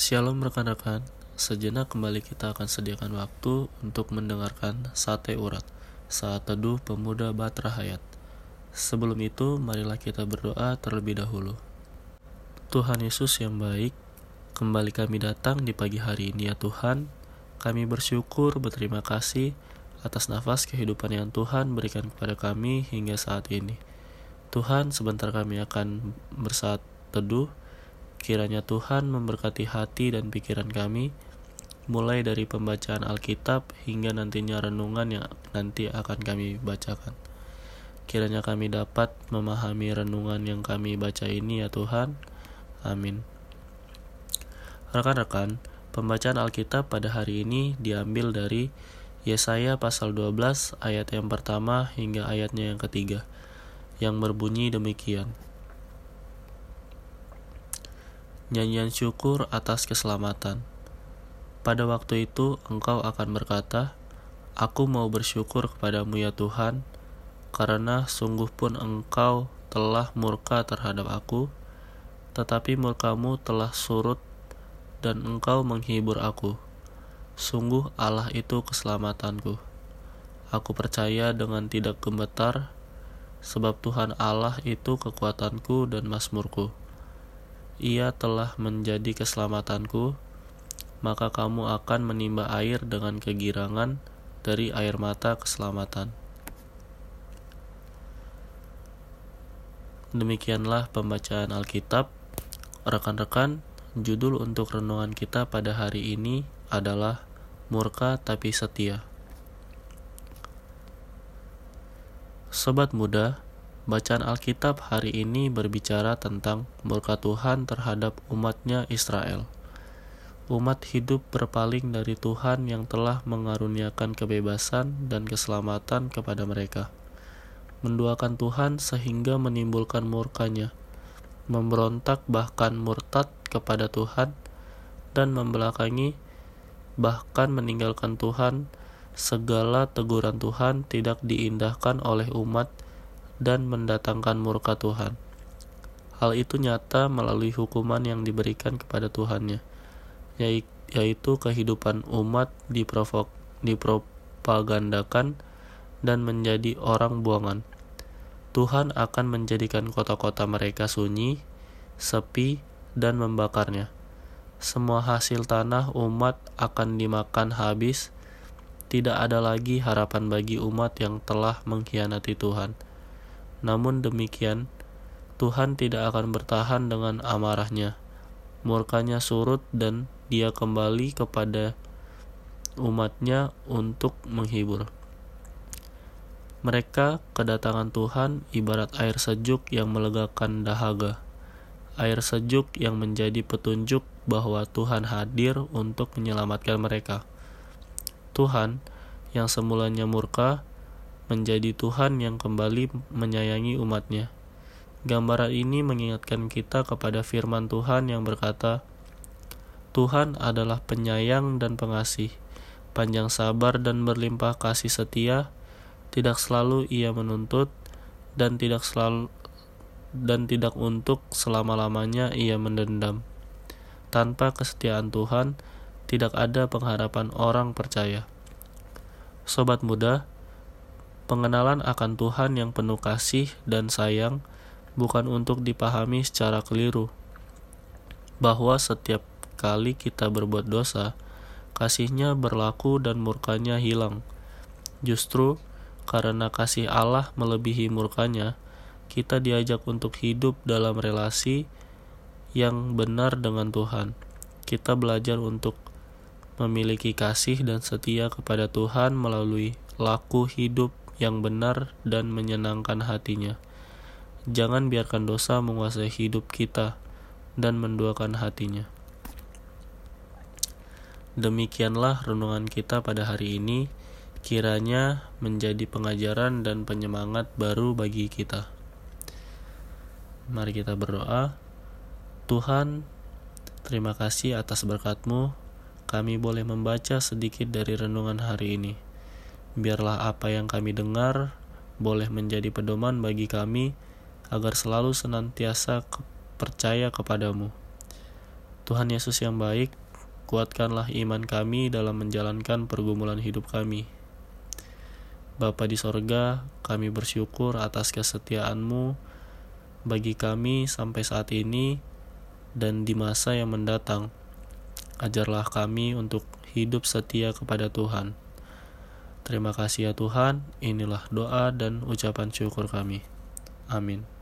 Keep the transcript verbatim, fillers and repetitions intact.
Shalom rekan-rekan, sejenak kembali kita akan sediakan waktu untuk mendengarkan Sate Urat, Saat Teduh Pemuda Batra Hayat. Sebelum itu, marilah kita berdoa terlebih dahulu. Tuhan Yesus yang baik, kembali kami datang di pagi hari ini ya Tuhan. Kami bersyukur, berterima kasih atas nafas kehidupan yang Tuhan berikan kepada kami hingga saat ini. Tuhan, sebentar kami akan bersaat teduh. Kiranya Tuhan memberkati hati dan pikiran kami, mulai dari pembacaan Alkitab hingga nantinya renungan yang nanti akan kami bacakan. Kiranya kami dapat memahami renungan yang kami baca ini ya Tuhan. Amin. Rekan-rekan, pembacaan Alkitab pada hari ini diambil dari Yesaya pasal dua belas ayat yang pertama hingga ayatnya yang ketiga, yang berbunyi demikian. Nyanyian syukur atas keselamatan. Pada waktu itu engkau akan berkata, Aku mau bersyukur kepadamu ya Tuhan, karena sungguh pun engkau telah murka terhadap aku, tetapi murkamu telah surut dan engkau menghibur aku. Sungguh Allah itu keselamatanku. Aku percaya dengan tidak gemetar, sebab Tuhan Allah itu kekuatanku dan mazmurku. Ia telah menjadi keselamatanku, maka kamu akan menimba air dengan kegirangan dari air mata keselamatan. Demikianlah pembacaan Alkitab. Rekan-rekan, judul untuk renungan kita pada hari ini adalah Murka Tapi Setia. Sobat muda, bacaan Alkitab hari ini berbicara tentang murka Tuhan terhadap umatnya Israel. Umat hidup berpaling dari Tuhan yang telah mengaruniakan kebebasan dan keselamatan kepada mereka. Menduakan Tuhan sehingga menimbulkan murkanya, memberontak bahkan murtad kepada Tuhan, dan membelakangi bahkan meninggalkan Tuhan. Segala teguran Tuhan tidak diindahkan oleh umat dan mendatangkan murka Tuhan. Hal itu nyata melalui hukuman yang diberikan kepada Tuhannya, yaitu kehidupan umat diprovok, dipropagandakan dan menjadi orang buangan. Tuhan akan menjadikan kota-kota mereka sunyi, sepi, dan membakarnya. Semua hasil tanah umat akan dimakan habis. Tidak ada lagi harapan bagi umat yang telah mengkhianati Tuhan. Namun demikian, Tuhan tidak akan bertahan dengan amarahnya. Murkanya surut dan dia kembali kepada umatnya untuk menghibur. Mereka kedatangan Tuhan ibarat air sejuk yang melegakan dahaga. Air sejuk yang menjadi petunjuk bahwa Tuhan hadir untuk menyelamatkan mereka. Tuhan yang semulanya murka menjadi Tuhan yang kembali menyayangi umatnya. Gambaran ini mengingatkan kita kepada firman Tuhan yang berkata, Tuhan adalah penyayang dan pengasih, panjang sabar dan berlimpah kasih setia, tidak selalu ia menuntut, dan tidak selalu dan tidak untuk selama-lamanya ia mendendam. Tanpa kesetiaan Tuhan, tidak ada pengharapan orang percaya. Sobat muda, pengenalan akan Tuhan yang penuh kasih dan sayang bukan untuk dipahami secara keliru, bahwa setiap kali kita berbuat dosa, kasih-Nya berlaku dan murkanya hilang. Justru karena kasih Allah melebihi murkanya, kita diajak untuk hidup dalam relasi yang benar dengan Tuhan. Kita belajar untuk memiliki kasih dan setia kepada Tuhan melalui laku hidup yang benar dan menyenangkan hati-Nya. Jangan biarkan dosa menguasai hidup kita dan menduakan hati-Nya. Demikianlah renungan kita pada hari ini, kiranya menjadi pengajaran dan penyemangat baru bagi kita. Mari kita berdoa. Tuhan, terima kasih atas berkat-Mu. Kami boleh membaca sedikit dari renungan hari ini. Biarlah apa yang kami dengar boleh menjadi pedoman bagi kami agar selalu senantiasa percaya kepadamu. Tuhan Yesus yang baik, kuatkanlah iman kami dalam menjalankan pergumulan hidup kami. Bapa di sorga, kami bersyukur atas kesetiaan-Mu bagi kami sampai saat ini dan di masa yang mendatang. Ajarlah kami untuk hidup setia kepada Tuhan. Terima kasih ya Tuhan, inilah doa dan ucapan syukur kami. Amin.